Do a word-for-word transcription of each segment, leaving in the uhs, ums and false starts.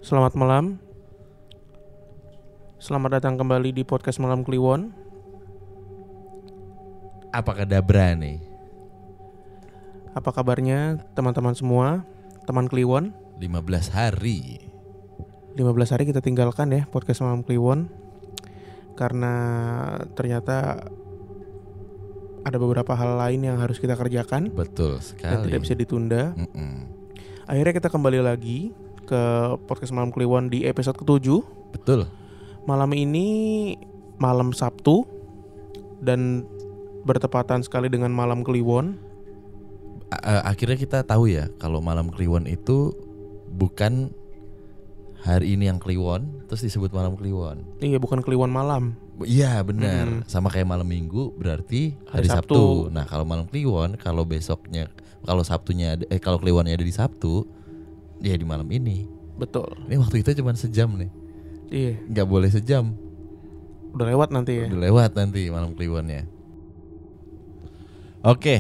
Selamat malam. Selamat datang kembali di podcast Malam Kliwon. Apa kadabra nih? Apa kabarnya teman-teman semua? Teman Kliwon. lima belas hari lima belas hari kita tinggalkan ya podcast Malam Kliwon, karena ternyata ada beberapa hal lain yang harus kita kerjakan. Betul sekali. Dan tidak bisa ditunda. Mm-mm. Akhirnya kita kembali lagi ke podcast Malam Kliwon di episode ketujuh. Betul. Malam ini malam Sabtu dan bertepatan sekali dengan Malam Kliwon. A- akhirnya kita tahu ya kalau malam Kliwon itu bukan hari ini yang Kliwon terus disebut malam Kliwon. Iya, bukan Kliwon malam. Iya benar. Hmm. Sama kayak malam Minggu berarti hari, Hari Sabtu. Sabtu. Nah kalau malam Kliwon kalau besoknya kalau Sabtunya ada, eh kalau Kliwonnya ada di Sabtu ya di malam ini. Betul. Ini waktu kita cuma sejam nih. Iya, Nggak boleh sejam. udah lewat nanti ya. Udah lewat nanti malam Kliwonnya. Oke.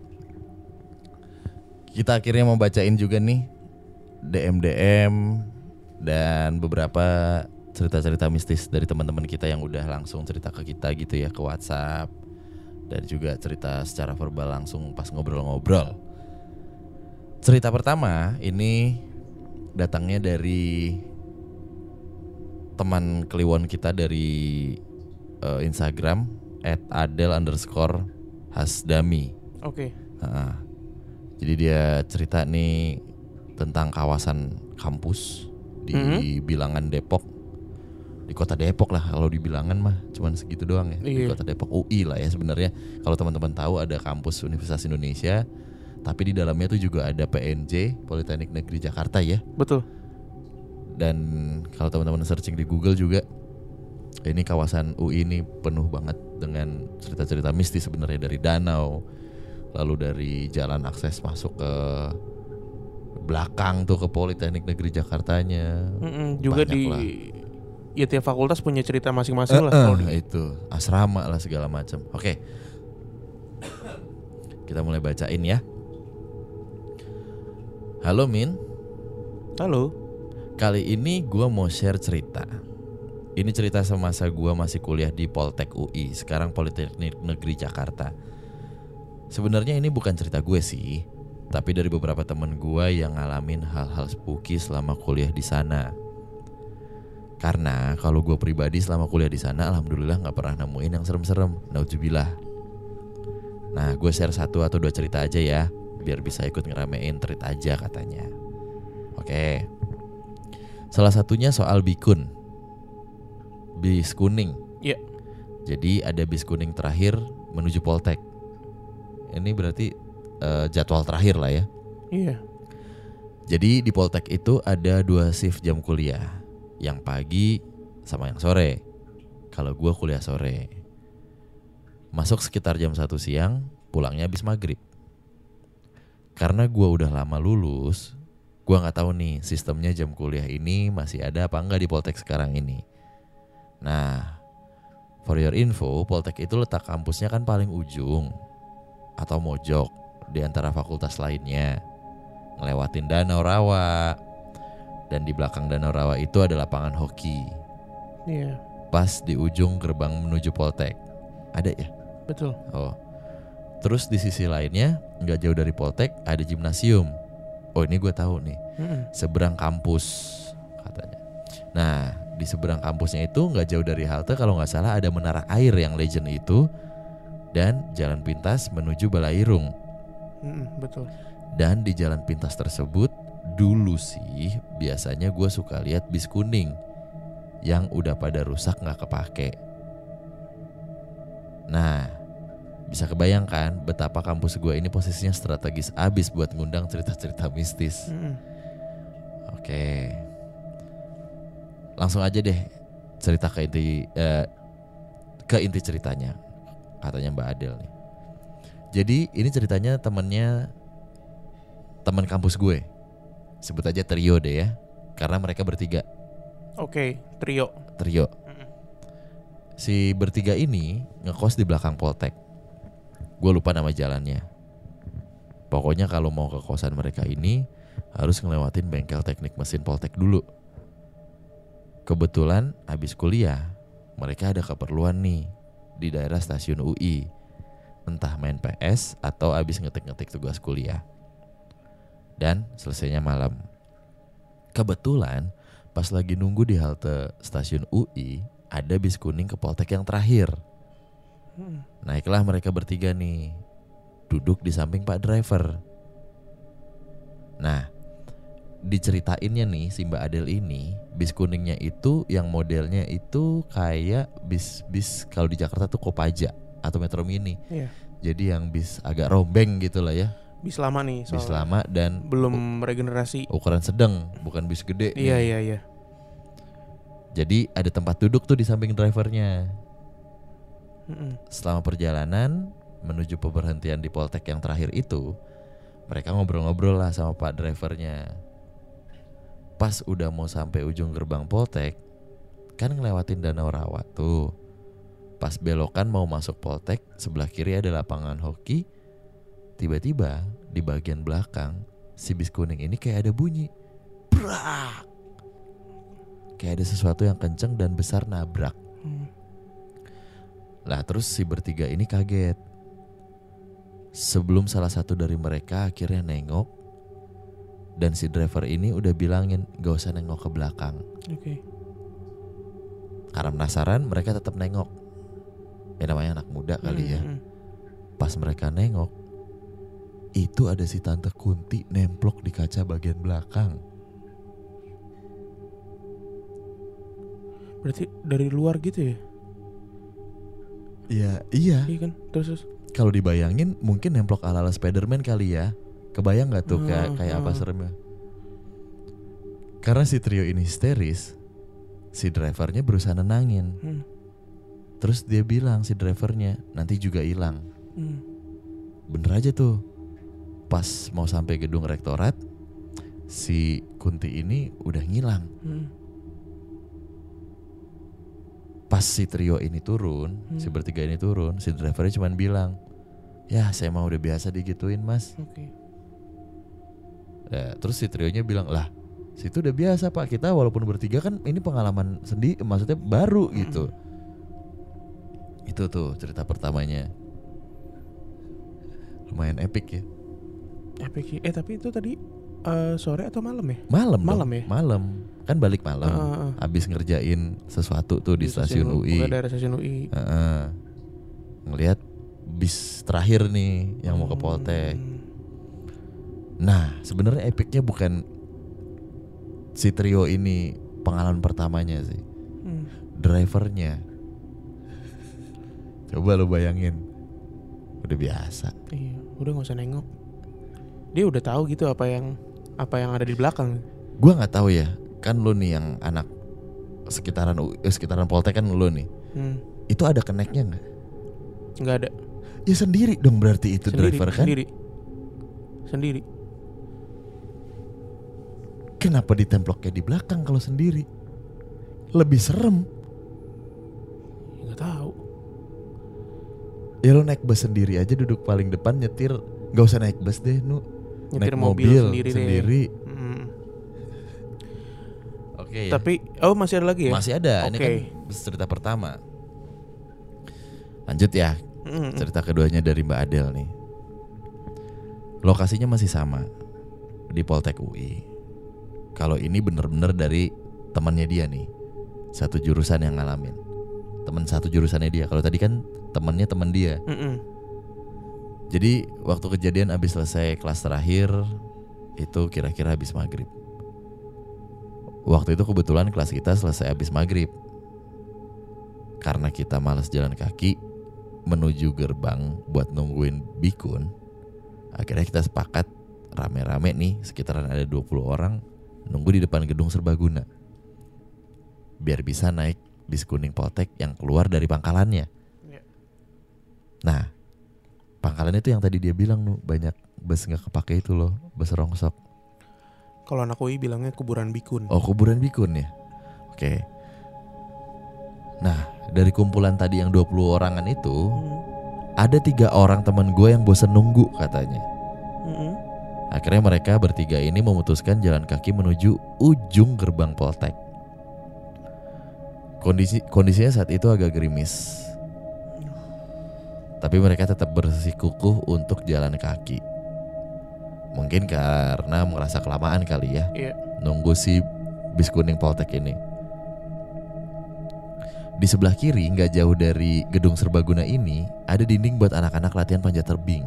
Kita akhirnya mau bacain juga nih D M D M dan beberapa cerita-cerita mistis dari teman-teman kita yang udah langsung cerita ke kita gitu ya, ke WhatsApp, dan juga cerita secara verbal langsung pas ngobrol-ngobrol. Cerita pertama ini datangnya dari teman Kliwon kita dari uh, Instagram at adel underscore hasdami. Oke. Nah, jadi dia cerita nih tentang kawasan kampus di Mhm. Bilangan Depok. Di kota Depok lah, kalau di Bilangan mah cuman segitu doang ya. Di Iya. kota Depok U I lah ya sebenarnya. Kalau teman-teman tahu ada kampus Universitas Indonesia, tapi di dalamnya tuh juga ada P N J, Politeknik Negeri Jakarta ya. Betul. Dan kalau teman-teman searching di Google juga, ini kawasan U I ini penuh banget dengan cerita-cerita mistis sebenarnya, dari danau, lalu dari jalan akses masuk ke belakang tuh ke Politeknik Negeri Jakartanya. Mm-mm, juga Banyak di lah. ya tiap fakultas punya cerita masing-masing lah. Eh, Kalau eh, di- itu asrama lah segala macam. Oke, kita mulai bacain ya. Halo Min. Halo. Kali ini gue mau share cerita. Ini cerita semasa gue masih kuliah di Poltek U I, sekarang Politeknik Negeri Jakarta. Sebenarnya ini bukan cerita gue sih, tapi dari beberapa teman gue yang ngalamin hal-hal spooky selama kuliah di sana. Karena kalau gue pribadi selama kuliah di sana, alhamdulillah nggak pernah nemuin yang serem-serem. Nauzubillah. Nah, gue share satu atau dua cerita aja ya, biar bisa ikut ngeramein treat aja katanya. Oke. Salah satunya soal bikun, bis kuning. Iya. Jadi ada bis kuning terakhir menuju Poltek. Ini berarti uh, jadwal terakhir lah ya. Iya. Jadi di Poltek itu ada dua shift jam kuliah, yang pagi sama yang sore. Kalau gue kuliah sore, masuk sekitar jam satu siang, pulangnya habis maghrib. Karena gue udah lama lulus, gue nggak tahu nih sistemnya jam kuliah ini masih ada apa enggak di Poltek sekarang ini. Nah, for your info, Poltek itu letak kampusnya kan paling ujung atau mojok di antara fakultas lainnya, ngelewatin Danau Rawa, dan di belakang Danau Rawa itu ada lapangan hoki. Iya. Pas di ujung gerbang menuju Poltek. Ada ya? Betul. Oh. Terus di sisi lainnya, nggak jauh dari Poltek ada gimnasium. Oh, ini gue tahu nih. Mm-mm. Seberang kampus katanya. Nah, di seberang kampusnya itu nggak jauh dari halte, kalau nggak salah ada menara air yang legend itu, dan jalan pintas menuju Balairung. Mm-mm, betul. Dan di jalan pintas tersebut dulu sih biasanya gue suka lihat bis kuning yang udah pada rusak nggak kepake. Nah, bisa kebayangkan betapa kampus gue ini posisinya strategis abis buat ngundang cerita-cerita mistis. Mm-mm. Oke, langsung aja deh cerita ke inti eh, ke inti ceritanya, katanya Mbak Adel nih. Jadi ini ceritanya temannya teman kampus gue, sebut aja trio deh ya, karena mereka bertiga. Oke, trio. Trio. Si bertiga ini ngekos di belakang Poltek. Gue lupa nama jalannya. Pokoknya kalau mau ke kosan mereka ini harus ngelewatin bengkel teknik mesin Poltek dulu. kebetulan habis kuliah mereka ada keperluan nih di daerah stasiun U I, entah main P S atau habis ngetik-ngetik tugas kuliah. Dan selesainya malam. Kebetulan pas lagi nunggu di halte stasiun U I ada bis kuning ke Poltek yang terakhir. Hmm. Naiklah mereka bertiga nih, duduk di samping Pak Driver. Nah, diceritainnya nih si Mbak Adel ini, bis kuningnya itu yang modelnya itu kayak bis-bis kalau di Jakarta tuh Kopaja atau Metro Mini. Iya. Jadi yang bis agak rombeng gitu lah ya. Bis lama nih. Bis lama dan belum regenerasi. Ukuran sedang, bukan bis gede. Iya nih. iya iya. Jadi ada tempat duduk tuh di samping drivernya. Mm-mm. Selama perjalanan menuju pemberhentian di Poltek yang terakhir itu, mereka ngobrol-ngobrol lah sama Pak drivernya. Pas udah mau sampai ujung gerbang Poltek, kan ngelewatin Danau Rawa tuh. Pas belokan mau masuk Poltek, sebelah kiri ada lapangan hoki. Tiba-tiba di bagian belakang si bis kuning ini kayak ada bunyi, brak. Kayak ada sesuatu yang kenceng dan besar nabrak. Hmm. Lah terus si bertiga ini kaget. Sebelum salah satu dari mereka akhirnya nengok, dan si driver ini udah bilangin gak usah nengok ke belakang. Oke. Okay. Karena penasaran mereka tetap nengok. Ya namanya anak muda kali hmm. ya. Pas mereka nengok, itu ada si Tante Kunti nemplok di kaca bagian belakang. Berarti dari luar gitu ya? Iya, iya. Iya kan, terus terus. Kalau dibayangin mungkin nemplok ala-ala Spiderman kali ya. Kebayang nggak tuh hmm, kayak kayak hmm. apa seremnya? Karena si trio ini histeris, si drivernya berusaha nenangin. Hmm. Terus dia bilang si drivernya nanti juga hilang. Hmm. Bener aja tuh. Pas mau sampai gedung rektorat, si Kunti ini udah ngilang. Hmm. Pas si trio ini turun, hmm. si bertiga ini turun, si drivernya cuma bilang, ya saya mah udah biasa digituin mas. Okay. Ya, terus si trionya bilang, lah situ udah biasa pak, kita walaupun bertiga kan ini pengalaman sendiri, maksudnya baru hmm. gitu. Itu tuh cerita pertamanya. Lumayan epic ya. Epic ya. Eh tapi itu tadi uh, sore atau malam ya? Malam Malam dong. ya? Malam. Kan balik malam. Uh, uh, uh. Habis ngerjain sesuatu tuh di, di stasiun U I. Daerah stasiun U I. Uh, uh. Ngelihat bis terakhir nih yang hmm. mau ke Poltek. Nah, sebenarnya epicnya bukan si trio ini pengalaman pertamanya sih. Hmm. Drivernya. Coba lo bayangin. Udah biasa. Iya, udah enggak usah nengok. Dia udah tahu gitu apa yang apa yang ada di belakang. Gua nggak tahu ya, kan lu nih yang anak sekitaran eh, sekitaran Poltek kan lu nih. Hmm. Itu ada keneknya nggak? Nggak ada. Ya sendiri dong berarti itu sendiri, driver kan? Sendiri. Sendiri. Kenapa ditemploknya di belakang kalau sendiri? Lebih serem. Nggak tahu. Ya lu naik bus sendiri aja, duduk paling depan nyetir. Gak usah naik bus deh, Nu. Nyetir naik mobil, mobil sendiri, sendiri. Hmm. Oke okay, Tapi ya. Oh masih ada lagi ya? Masih ada. Okay. Ini kan cerita pertama. Lanjut ya. Mm-hmm. Cerita keduanya dari Mbak Adel nih. Lokasinya masih sama, di Poltek U I. Kalau ini bener-bener dari temannya dia nih, satu jurusan yang ngalamin. Teman satu jurusannya dia. Kalau tadi kan temannya teman dia. Mm-mm. Jadi waktu kejadian abis selesai kelas terakhir, itu kira-kira habis maghrib. Waktu itu kebetulan kelas kita selesai habis maghrib. Karena kita malas jalan kaki menuju gerbang buat nungguin bikun, akhirnya kita sepakat rame-rame nih, sekitaran ada dua puluh orang, nunggu di depan gedung serbaguna biar bisa naik bis kuning Poltek yang keluar dari pangkalannya. Nah, pangkalan itu yang tadi dia bilang nu banyak bus nggak kepake itu loh, bus rongsok. Kalau anak U I bilangnya kuburan bikun. Oh, kuburan bikun ya. Oke. Nah, dari kumpulan tadi yang dua puluh orangan itu, hmm. ada tiga orang teman gue yang bosan nunggu katanya. Hmm. Akhirnya mereka bertiga ini memutuskan jalan kaki menuju ujung gerbang Poltek. Kondisi kondisinya saat itu agak gerimis. Tapi mereka tetap bersikukuh untuk jalan kaki. Mungkin karena merasa kelamaan kali ya, Iya. nunggu si bis kuning Poltek ini. Di sebelah kiri, gak jauh dari gedung serbaguna ini, ada dinding buat anak-anak latihan panjat tebing.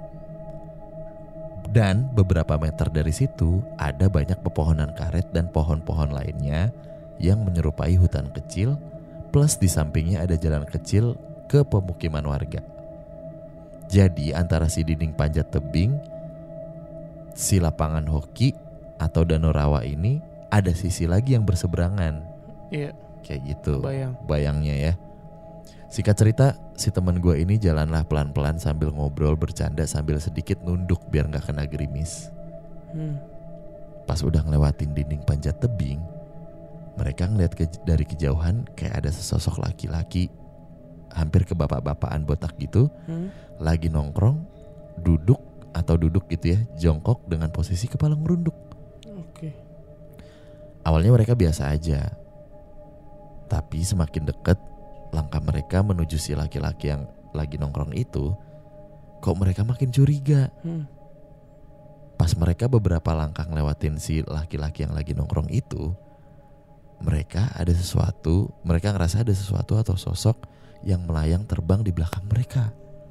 Dan beberapa meter dari situ ada banyak pepohonan karet dan pohon-pohon lainnya yang menyerupai hutan kecil, plus di sampingnya ada jalan kecil ke pemukiman warga. Jadi antara si dinding panjat tebing, si lapangan hoki atau danau rawa ini ada sisi lagi yang berseberangan. Iya. Kayak gitu. Bayang. Bayangnya ya. Singkat cerita, si teman gue ini jalanlah pelan-pelan sambil ngobrol bercanda sambil sedikit nunduk biar nggak kena gerimis. Hmm. Pas udah ngelewatin dinding panjat tebing, mereka ngeliat ke, dari kejauhan kayak ada sesosok laki-laki, hampir ke bapak-bapakan botak gitu, Hmm. lagi nongkrong, duduk atau duduk gitu ya, jongkok dengan posisi kepala ngerunduk. Oke. Awalnya mereka biasa aja, tapi semakin deket langkah mereka menuju si laki-laki yang lagi nongkrong itu, kok mereka makin curiga. Hmm. Pas mereka beberapa langkah ngelewatin si laki-laki yang lagi nongkrong itu, mereka ada sesuatu, mereka ngerasa ada sesuatu atau sosok yang melayang terbang di belakang mereka.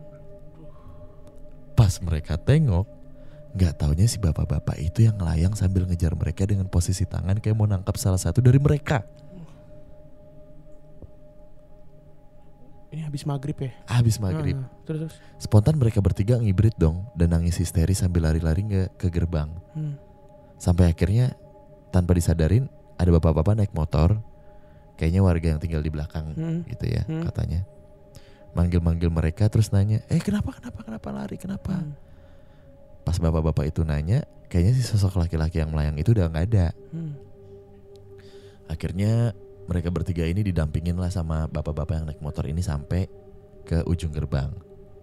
Pas mereka tengok, gak taunya si bapak-bapak itu yang ngelayang sambil ngejar mereka dengan posisi tangan kayak mau nangkap salah satu dari mereka. Ini habis maghrib ya? Habis maghrib. Hmm. Terus, terus. Spontan mereka bertiga ngibrit dong dan nangis histeris sambil lari-lari ke, ke gerbang. Hmm. Sampai akhirnya tanpa disadarin ada bapak-bapak naik motor, kayaknya warga yang tinggal di belakang Hmm. gitu ya Hmm. katanya. Manggil-manggil mereka terus nanya, eh kenapa kenapa kenapa lari kenapa? Hmm. Pas bapak-bapak itu nanya, kayaknya si sosok laki-laki yang melayang itu udah nggak ada. Hmm. Akhirnya mereka bertiga ini didampingin lah sama bapak-bapak yang naik motor ini sampai ke ujung gerbang.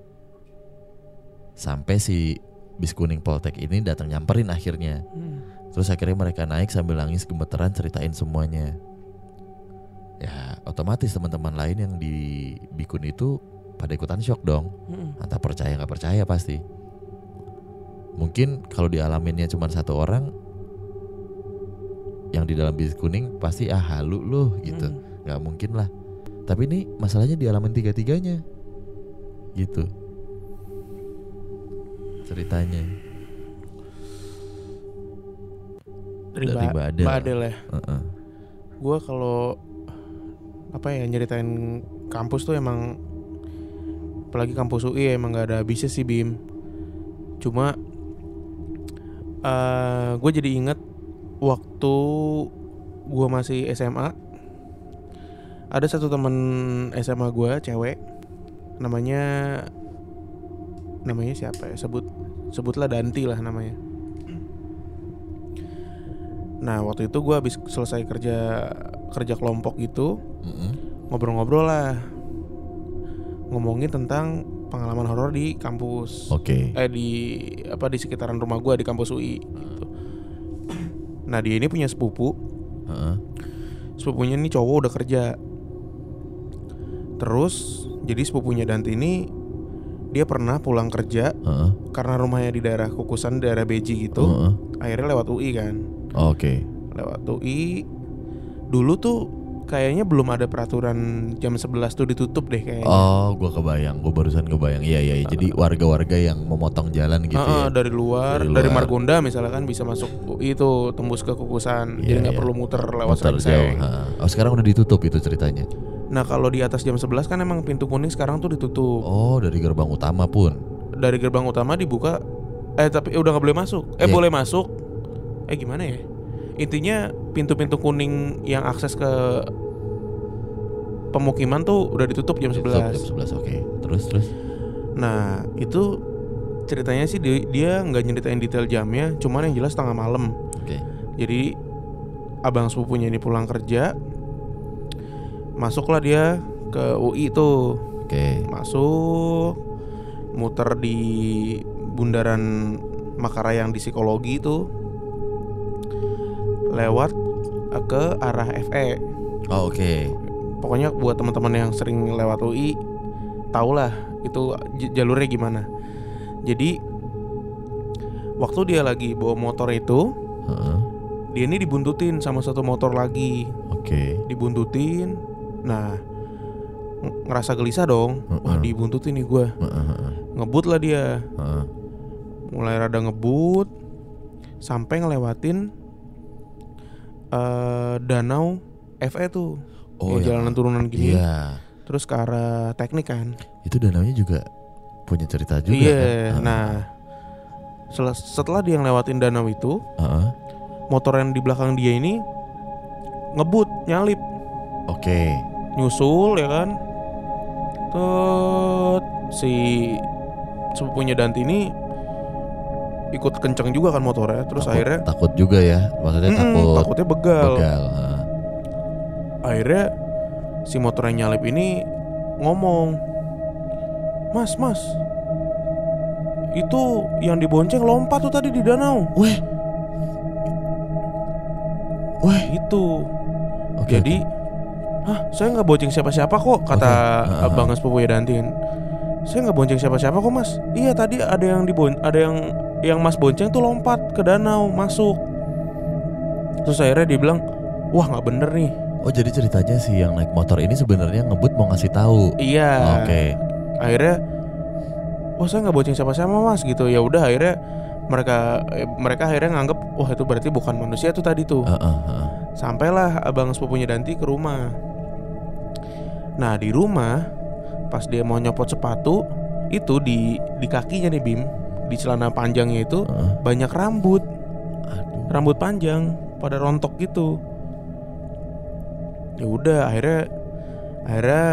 Sampai si bis kuning Poltek ini datang nyamperin akhirnya. Hmm. Terus akhirnya mereka naik sambil nangis gemeteran ceritain semuanya. Ya otomatis teman-teman lain yang di Bikun itu pada ikutan shock dong. Hmm. Entah percaya gak percaya pasti. Mungkin kalau dialaminnya cuma satu orang, yang di dalam bis kuning pasti ah halu loh gitu. Hmm. Gak mungkin lah. Tapi ini masalahnya dialamin tiga-tiganya gitu ceritanya. Dari, Dari Mbak Mbak Adel. Mbak Adel ya. uh-uh. Gue kalau apa ya nyeritain kampus tuh emang, apalagi kampus U I emang gak ada habisnya sih Bim. Cuma uh, gue jadi inget waktu gue masih S M A, ada satu temen S M A gue cewek, namanya namanya siapa ya, sebut sebutlah Danti lah namanya. Nah waktu itu gue habis selesai kerja kerja kelompok gitu, Mm-mm. ngobrol-ngobrol lah, ngomongin tentang pengalaman horor di kampus. Oke. Eh di apa di sekitaran rumah gue di kampus U I gitu. Nah dia ini punya sepupu, Uh-uh. sepupunya ini cowok udah kerja. Terus jadi sepupunya Danti ini dia pernah pulang kerja Uh-uh. karena rumahnya di daerah Kukusan, daerah Beji gitu. Uh-uh. Akhirnya lewat U I kan. Oke. Lewat U I. Dulu tuh kayaknya belum ada peraturan jam sebelas tuh ditutup deh kayaknya. Oh, gue kebayang, gue barusan kebayang. Iya iya. iya. Jadi warga-warga yang memotong jalan gitu Ah, ya. dari luar, Dari dari, luar. Margonda misalnya kan bisa masuk U I tuh, tembus ke Kukusan. Iya, Jadi nggak iya. perlu muter lewat Motor jauh. Srengseng. Ha. Oh sekarang udah ditutup itu ceritanya. Nah kalau di atas jam sebelas kan emang pintu kuning sekarang tuh ditutup. Oh dari gerbang utama pun. Dari gerbang utama dibuka, eh tapi udah nggak boleh masuk. Eh Iya. boleh masuk. Eh gimana ya? Intinya pintu-pintu kuning yang akses ke pemukiman tuh udah ditutup jam Ditutup sebelas. jam sebelas. Oke. Terus terus. Nah itu ceritanya sih dia, dia nggak nyeritain detail jamnya, cuman yang jelas tengah malam. Oke. Jadi abang sepupunya ini pulang kerja, masuklah dia ke U I tuh. Oke. Masuk, muter di bundaran Makarayang di psikologi itu, lewat ke arah F E. Oh oke. pokoknya buat teman-teman yang sering lewat U I tahulah itu j- jalurnya gimana. Jadi waktu dia lagi bawa motor itu, uh-uh. dia ini dibuntutin sama satu motor lagi. Oke. Okay. Dibuntutin. Nah, ng- ngerasa gelisah dong. Uh-uh. Wah, dibuntutin nih gue. Uh-uh. Ngebut lah dia. Uh-uh. Mulai rada ngebut sampai ngelewatin uh, danau F E tuh. Oh, ya, jalanan turunan gini. Iya. Terus ke arah teknik kan. Itu danaunya juga punya cerita juga iya, kan. Uh-huh. Nah, setelah dia ngelewatin danau itu, uh-huh. motor yang di belakang dia ini ngebut, nyalip. Oke. Okay. Nyusul ya kan. Tut, si sepupunya Danti ini ikut kenceng juga kan motornya. Terus takut, akhirnya takut juga ya. Maksudnya takut. Takutnya begal. Begal. Akhirnya si motor yang nyalip ini ngomong, Mas, mas, itu yang dibonceng lompat tuh tadi di danau. Weh, weh itu. Okay, Jadi, okay. Hah, saya nggak bonceng siapa-siapa kok, kata okay. uh-huh. abang sepupunya Dantin. Saya nggak bonceng siapa-siapa kok mas. Iya tadi ada yang dibon, ada yang yang mas bonceng tuh lompat ke danau masuk. Terus akhirnya dia bilang, wah nggak bener nih. Oh jadi ceritanya si yang naik motor ini sebenarnya ngebut mau ngasih tahu. Iya. Oke. Okay. Akhirnya, wah saya nggak bonceng siapa-siapa mas gitu. Ya udah akhirnya mereka eh, mereka akhirnya nganggep, wah itu berarti bukan manusia tuh tadi tuh. Uh, uh, uh. Sampailah abang sepupunya Danti ke rumah. Nah di rumah pas dia mau nyopot sepatu itu di di kakinya nih Bim, di celana panjangnya itu uh. banyak rambut. Aduh. Rambut panjang pada rontok gitu. Ya udah akhirnya akhirnya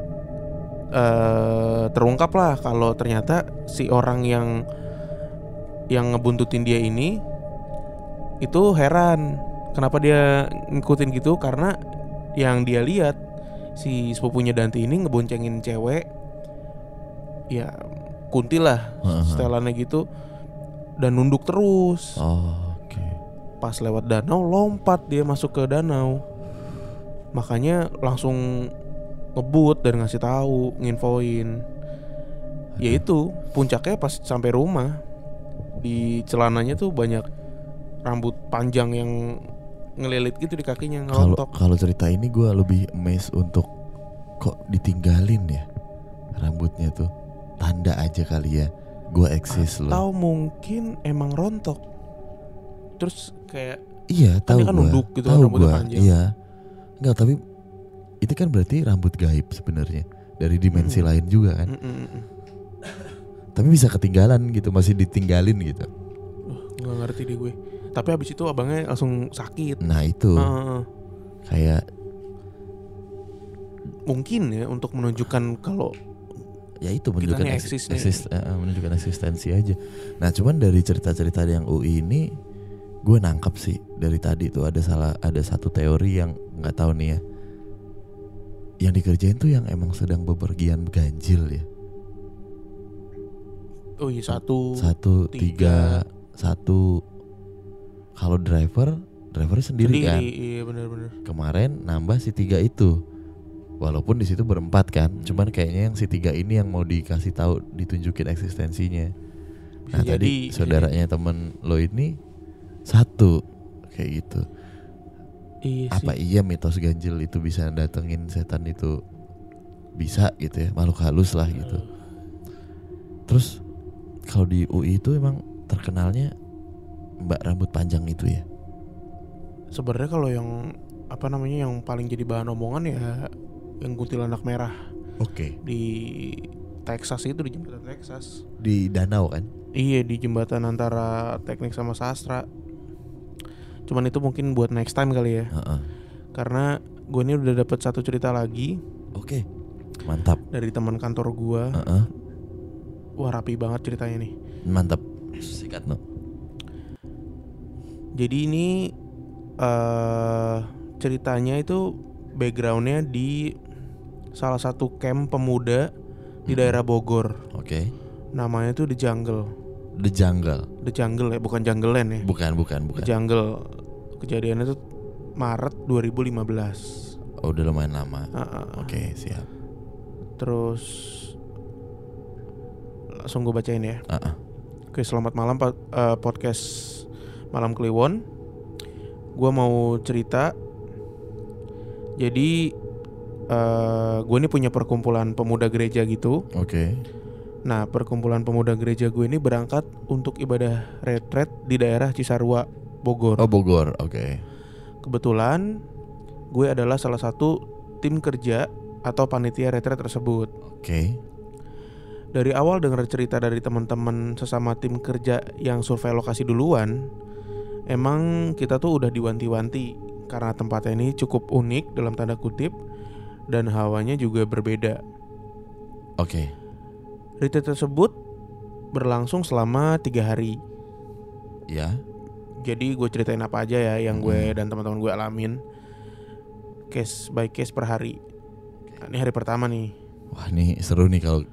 uh, terungkap lah kalau ternyata si orang yang yang ngebuntutin dia ini itu heran kenapa dia ngikutin gitu, karena yang dia lihat si sepupunya Danti ini ngeboncengin cewek ya kuntil lah uh-huh. setelannya gitu dan nunduk terus. Oh, oke. Okay. Pas lewat danau lompat dia masuk ke danau. Makanya langsung ngebut dan ngasih tahu, nginfoin. Ya itu puncaknya pas sampai rumah di celananya tuh banyak rambut panjang yang ngelilit gitu di kakinya ngerontok. Kalau cerita ini gue lebih amazed untuk kok ditinggalin ya rambutnya tuh, tanda aja kali ya gue eksis loh. Atau mungkin emang rontok. Terus kayak iya tahu kan gue, nunduk gitu tahu rambutnya gue, panjang. iya. Enggak, tapi itu kan berarti rambut gaib sebenarnya dari dimensi mm. lain juga kan. Mm-mm. Tapi bisa ketinggalan gitu, masih ditinggalin gitu. Uh, gak ngerti deh gue. Tapi abis itu abangnya langsung sakit. Nah itu uh. kayak mungkin ya untuk menunjukkan kalau ya itu menunjukkan eksis, eksis, uh, menunjukkan eksistensi aja. Nah cuman dari cerita-cerita yang U I ini gue nangkep sih dari tadi tuh ada salah ada satu teori yang nggak tahu nih ya, yang dikerjain tuh yang emang sedang bepergian ganjil ya. Oh iya satu satu tiga, tiga satu kalau driver drivernya sendiri, sendiri kan. Iya benar-benar. Kemarin nambah si tiga itu, walaupun di situ berempat kan, hmm. cuman kayaknya yang si tiga ini yang mau dikasih tahu ditunjukin eksistensinya. Nah jadi, tadi saudaranya temen lo ini satu kayak gitu. Iya apa sih. Iya mitos ganjil itu bisa datengin setan itu bisa gitu ya, makhluk halus lah gitu. Terus kalau di U I itu emang terkenalnya mbak rambut panjang itu ya. Sebenarnya kalau yang apa namanya yang paling jadi bahan omongan ya yang kuntilanak merah. Oke. Okay. Di Texas itu, di jembatan Texas. Di danau kan? Iya, di jembatan antara teknik sama sastra. Cuman itu mungkin buat next time kali ya. Uh-uh. Karena gue ini udah dapet satu cerita lagi. Oke, mantap. Dari teman kantor gue. Uh-uh. Wah rapi banget ceritanya nih. Mantap. Sikat no. Jadi ini uh, ceritanya itu backgroundnya di salah satu camp pemuda di daerah Bogor. Oke. Okay. Namanya tuh The Jungle. The Jungle. The Jungle ya, bukan Jungle Land ya. Bukan, bukan, bukan. The Jungle. Kejadiannya tuh Maret dua ribu lima belas. Oh, udah lumayan lama. Uh-uh. Oke, okay, siap. Terus langsung gue bacain ya. Uh-uh. Oke, selamat malam uh, podcast Malam Kliwon. Gue mau cerita. Jadi uh, gue ini punya perkumpulan pemuda gereja gitu. Oke. Okay. Nah, perkumpulan pemuda gereja gue ini berangkat untuk ibadah retret di daerah Cisarua, Bogor. Oh, Bogor, oke. Okay. Kebetulan gue adalah salah satu tim kerja atau panitia retret tersebut. Oke. Okay. Dari awal dengar cerita dari teman-teman sesama tim kerja yang survei lokasi duluan, emang kita tuh udah diwanti-wanti karena tempatnya ini cukup unik dalam tanda kutip dan hawanya juga berbeda. Oke. Okay. Retreat tersebut berlangsung selama tiga hari. Ya. Jadi gue ceritain apa aja ya yang gue hmm. dan teman-teman gue alamin, case by case per hari. Nah, ini hari pertama nih. Wah, ini seru nih kalau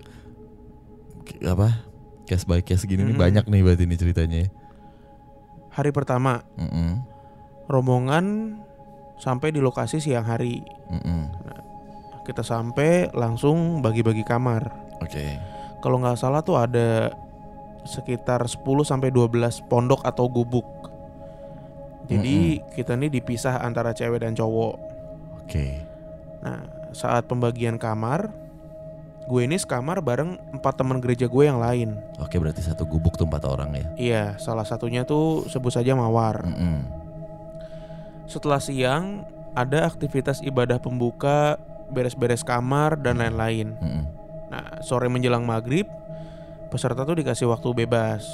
apa case by case gini mm-hmm. nih banyak nih berarti ini ceritanya. Hari pertama. Mm-hmm. Rombongan sampai di lokasi siang hari. Mm-hmm. Nah, kita sampai langsung bagi-bagi kamar. Oke. Okay. Kalau nggak salah tuh ada sekitar sepuluh sampai dua belas pondok atau gubuk. Jadi mm-hmm. kita nih dipisah antara cewek dan cowok. Oke. Okay. Nah, saat pembagian kamar, gue ini sekamar bareng empat teman gereja gue yang lain. Oke, berarti satu gubuk tuh empat orang ya? Iya, salah satunya tuh sebut saja Mawar. Mm-hmm. Setelah siang ada aktivitas ibadah pembuka, beres-beres kamar dan lain-lain. Mm-hmm. Nah, sore menjelang maghrib, peserta tuh dikasih waktu bebas.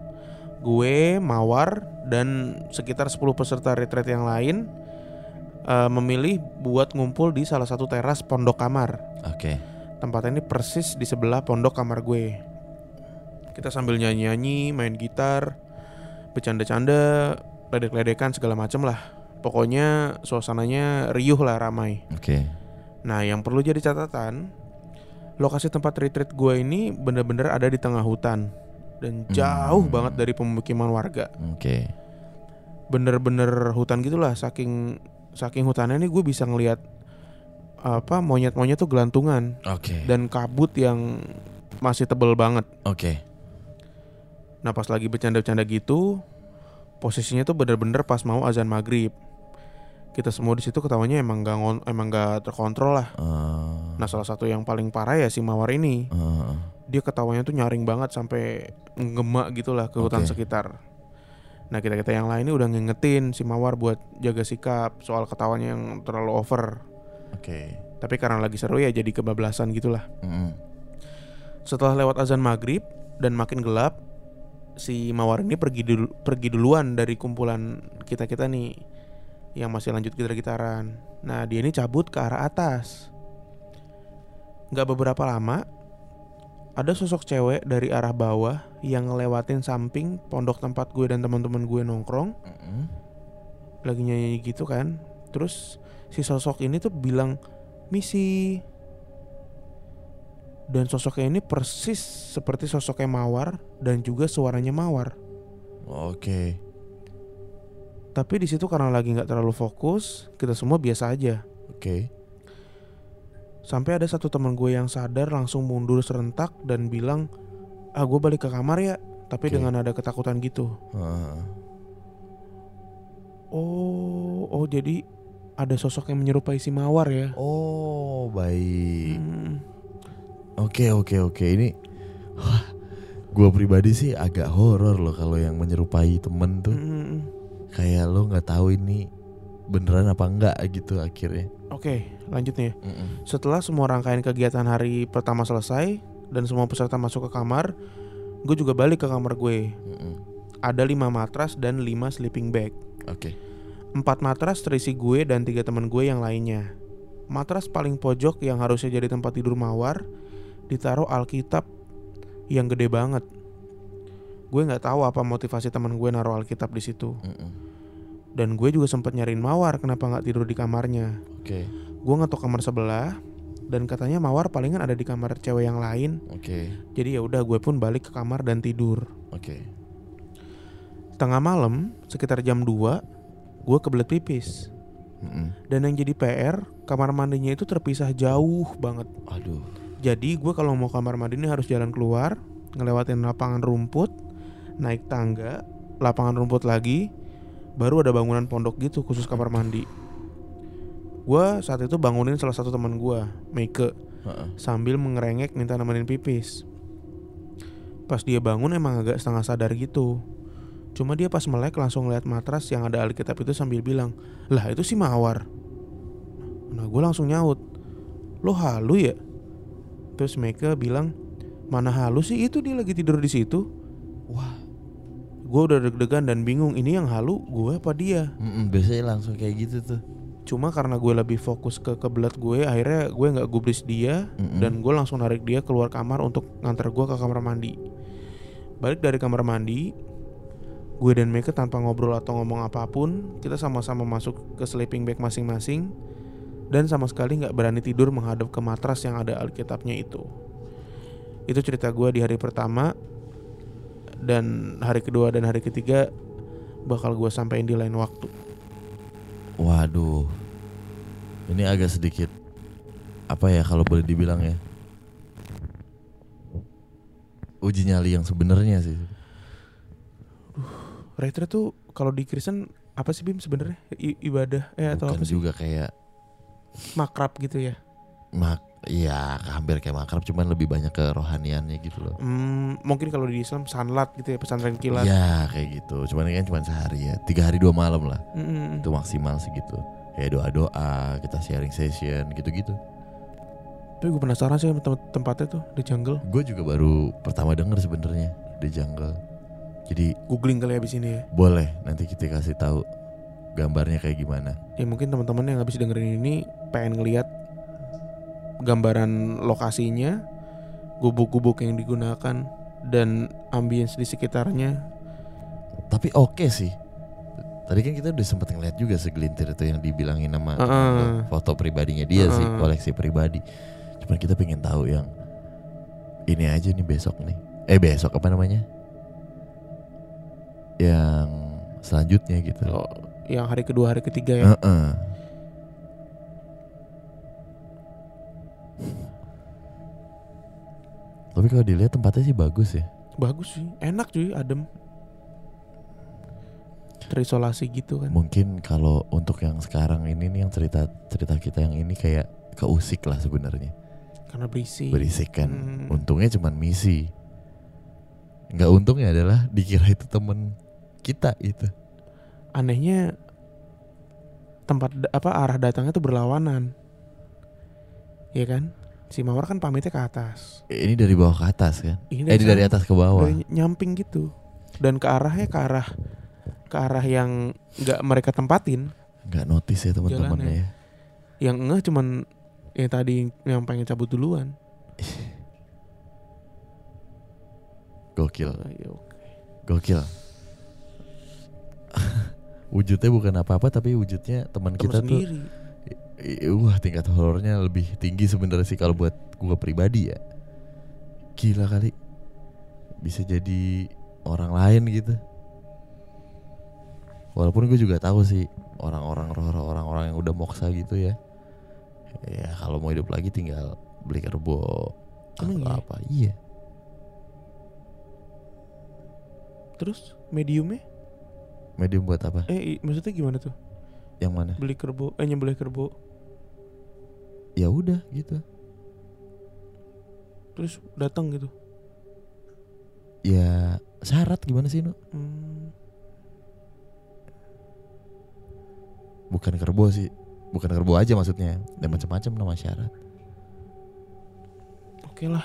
Gue, Mawar, dan sekitar sepuluh peserta retreat yang lain uh, memilih buat ngumpul di salah satu teras pondok kamar. Oke. Okay. Tempatnya ini persis di sebelah pondok kamar gue. Kita sambil nyanyi-nyanyi, main gitar, bercanda-canda, ledek-ledekan segala macem lah. Pokoknya suasananya riuh lah, ramai. Oke. Okay. Nah, yang perlu jadi catatan, lokasi tempat retreat gue ini bener-bener ada di tengah hutan dan jauh hmm. banget dari pemukiman warga. Oke. Okay. Bener-bener hutan gitulah, saking saking hutannya nih gue bisa ngelihat apa monyet-monyet tuh gelantungan. Oke. Okay. Dan kabut yang masih tebel banget. Oke. Okay. Nah, pas lagi bercanda-bercanda gitu, posisinya tuh bener-bener pas mau azan maghrib. Kita semua di situ ketawanya emang gak ngon- emang gak terkontrol lah. Uh. Nah, salah satu yang paling parah ya si Mawar ini. Uh. Dia ketawanya tuh nyaring banget sampai ngemak gitulah ke hutan okay. sekitar. Nah, kita-kita yang lain ini udah ngingetin si Mawar buat jaga sikap soal ketawanya yang terlalu over. Oke. Okay. Tapi karena lagi seru ya jadi kebablasan gitulah. Mm. Setelah lewat azan maghrib dan makin gelap, si Mawar ini pergi dulu, pergi duluan dari kumpulan kita-kita nih yang masih lanjut gitar-gitaran. Nah, dia ini cabut ke arah atas. Gak beberapa lama, ada sosok cewek dari arah bawah yang ngelewatin samping pondok tempat gue dan teman-teman gue nongkrong. Mm-hmm. Lagi nyanyi gitu kan. Terus si sosok ini tuh bilang misi. Dan sosoknya ini persis seperti sosoknya Mawar dan juga suaranya Mawar. Oke. Okay. Tapi di situ karena lagi nggak terlalu fokus, kita semua biasa aja. Oke. Okay. Sampai ada satu teman gue yang sadar langsung mundur serentak dan bilang, ah gue balik ke kamar ya. Tapi okay. dengan ada ketakutan gitu. Uh. Oh, oh jadi ada sosok yang menyerupai si Mawar ya. Oh baik. Hmm. Oke oke oke ini, wah, gue pribadi sih agak horor loh kalau yang menyerupai temen tuh. Hmm. Kayak lo nggak tahu ini beneran apa enggak gitu akhirnya. Oke, lanjut nih. Mm-mm. Setelah semua rangkaian kegiatan hari pertama selesai dan semua peserta masuk ke kamar, gue juga balik ke kamar gue. Mm-mm. Ada lima matras dan lima sleeping bag. Oke. Okay. Empat matras terisi gue dan tiga teman gue yang lainnya. Matras paling pojok yang harusnya jadi tempat tidur Mawar ditaruh Alkitab yang gede banget. Gue nggak tahu apa motivasi teman gue naruh Alkitab di situ. Mm-mm. Dan gue juga sempat nyariin Mawar kenapa nggak tidur di kamarnya. Oke. Okay. Gue ngetok kamar sebelah dan katanya Mawar palingan ada di kamar cewek yang lain. Oke. Okay. Jadi ya udah gue pun balik ke kamar dan tidur. Oke. Okay. Tengah malam sekitar jam dua gue kebelet pipis. Mm-mm. Dan yang jadi P R, kamar mandinya itu terpisah jauh banget. Aduh. Jadi gue kalau mau kamar mandi ini harus jalan keluar, ngelewatin lapangan rumput, naik tangga, lapangan rumput lagi, baru ada bangunan pondok gitu khusus kamar mandi. Gue saat itu bangunin salah satu teman gue, Meike, uh-uh. sambil mengerengek minta nemenin pipis. Pas dia bangun emang agak setengah sadar gitu. Cuma dia pas melek langsung lihat matras yang ada Alkitab itu sambil bilang, lah itu si Mawar. Nah gue langsung nyaut, lo halu ya? Terus Meike bilang, mana halu sih, itu dia lagi tidur di situ. Wah, gue udah deg-degan dan bingung, ini yang halu gue apa dia? Mm-mm, biasanya langsung kayak gitu tuh. Cuma karena gue lebih fokus ke kebelet gue, akhirnya gue nggak gubris dia. Mm-mm. Dan gue langsung narik dia keluar kamar untuk nganter gue ke kamar mandi. Balik dari kamar mandi, gue dan Meike tanpa ngobrol atau ngomong apapun, kita sama-sama masuk ke sleeping bag masing-masing. Dan sama sekali gak berani tidur menghadap ke matras yang ada Alkitabnya itu. Itu cerita gue di hari pertama. Dan hari kedua dan hari ketiga bakal gue sampein di lain waktu. Waduh, ini agak sedikit apa ya kalau boleh dibilang ya, uji nyali yang sebenarnya sih. Uh, retret tuh kalau di Kristen apa sih Bim sebenarnya? I- ibadah eh atau Bukan apa sih? juga kayak makrab gitu ya? Mak, iya hampir kayak makrab, cuman lebih banyak ke rohaniannya gitu loh. Hmm, mungkin kalau di Islam sanlat gitu ya, pesantren kilat. Iya kayak gitu, cuman ini kan cuma sehari ya, tiga hari dua malam lah. Mm-mm. Itu maksimal segitu. Kayak doa-doa, kita sharing session gitu-gitu. Tapi gue penasaran sih tem- tempatnya tuh di jungle. Gue juga baru pertama denger sebenarnya di jungle. Jadi googling kali abis ini ya. Boleh, nanti kita kasih tahu gambarnya kayak gimana. Ya mungkin teman-teman yang habis dengerin ini pengen ngelihat gambaran lokasinya, gubuk-gubuk yang digunakan, dan ambience di sekitarnya. Tapi oke okay sih. Tadi kan kita udah sempet ngeliat juga segelintir itu yang dibilangin nama uh-uh. foto pribadinya dia uh-uh. sih, koleksi pribadi. Cuman kita pengen tahu yang ini aja nih besok nih. Eh besok apa namanya? Yang selanjutnya gitu. Oh, yang hari kedua, hari ketiga ya. Uh-uh. Tapi kalau dilihat tempatnya sih bagus ya. Bagus sih, enak cuy, adem. Terisolasi gitu kan. Mungkin kalau untuk yang sekarang ini nih, yang cerita cerita kita yang ini kayak keusik lah sebenarnya. Karena berisik. Berisik kan. Hmm. Untungnya cuman misi. Nggak untungnya adalah dikira itu temen kita itu. Anehnya tempat apa arah datangnya tuh berlawanan. Iya kan? Si Mawar kan pamitnya ke atas. Ini dari bawah ke atas kan? Ini dari, eh, dari atas ke bawah. Dari nyamping gitu. Dan ke arahnya ke arah ke arah yang nggak mereka tempatin. Nggak notice ya teman-temannya ya. Yang enggak cuman yang tadi yang pengen cabut duluan. Gokil. Oh, iya, okay. Gokil. Wujudnya bukan apa-apa tapi wujudnya teman kita sendiri. Tuh. Wah tingkat horornya lebih tinggi sebenarnya sih kalau buat gue pribadi ya. Gila kali. Bisa jadi orang lain gitu. Walaupun gue juga tahu sih orang-orang roh orang-orang yang udah moksa gitu ya. Ya kalau mau hidup lagi tinggal beli kerbau atau iya? apa. Iya. Terus mediumnya? Medium buat apa? Eh i- maksudnya gimana tuh? Yang mana? Beli kerbau, eh nyembelih kerbau. Ya udah gitu. Terus datang gitu. Ya syarat gimana sih, Nu? Hmm. Bukan kerbau sih. Bukan kerbau aja maksudnya. Dan macam-macam nama syarat. Oke lah.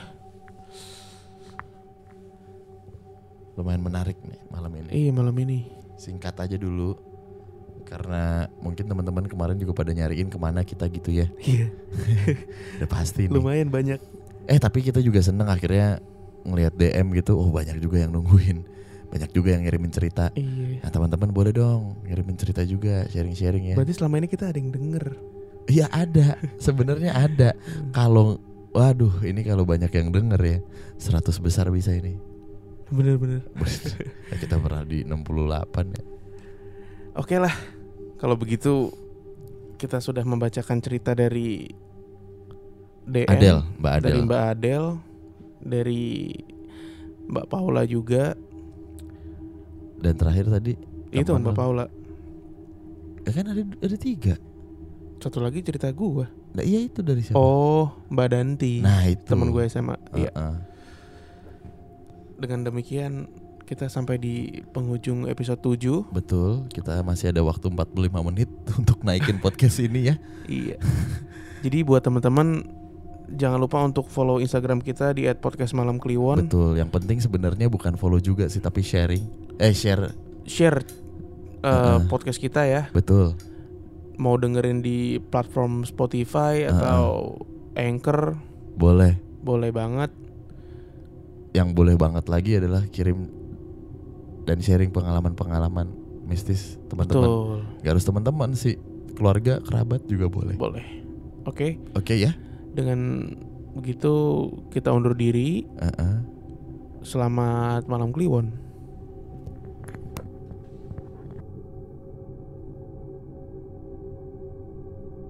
Lumayan menarik nih malam ini. Iya malam ini. Singkat aja dulu. Karena mungkin teman-teman kemarin juga pada nyariin kemana kita gitu ya. Iya. Udah pasti nih. Lumayan banyak. Eh tapi kita juga seneng akhirnya ngelihat D M gitu. Oh banyak juga yang nungguin. Banyak juga yang ngirimin cerita. Iya. Nah teman-teman boleh dong ngirimin cerita juga, sharing-sharing ya. Berarti selama ini kita ada yang denger. Iya ada. Sebenarnya ada. Kalau waduh ini kalau banyak yang denger ya seratus besar bisa ini. Bener-bener. Ya, kita pernah di enam puluh delapan ya. Oke lah. Kalau begitu kita sudah membacakan cerita dari D M, Adel, Mbak Adel. dari Mbak Adel, dari Mbak Paula juga. Dan terakhir tadi itu Mbak Paula. Ya kan ada ada tiga. Satu lagi cerita gua. Nah, iya itu dari siapa? Oh, Mbak Danti. Nah, itu teman gue S M A. Iya. Uh-uh. Dengan demikian kita sampai di penghujung episode tujuh. Betul, kita masih ada waktu empat puluh lima menit untuk naikin podcast ini ya. Iya. Jadi buat teman-teman jangan lupa untuk follow Instagram kita di et podcast malam kliwon. Betul, yang penting sebenarnya bukan follow juga sih, tapi sharing. Eh share Share uh, uh-uh. podcast kita ya. Betul. Mau dengerin di platform Spotify uh-uh. atau Anchor, boleh. Boleh banget. Yang boleh banget lagi adalah kirim dan sharing pengalaman-pengalaman mistis teman-teman. Betul. Gak harus teman-teman sih, keluarga, kerabat juga boleh. Boleh. Oke. Okay? Oke okay, ya. Dengan begitu kita undur diri. Uh-uh. Selamat malam kliwon.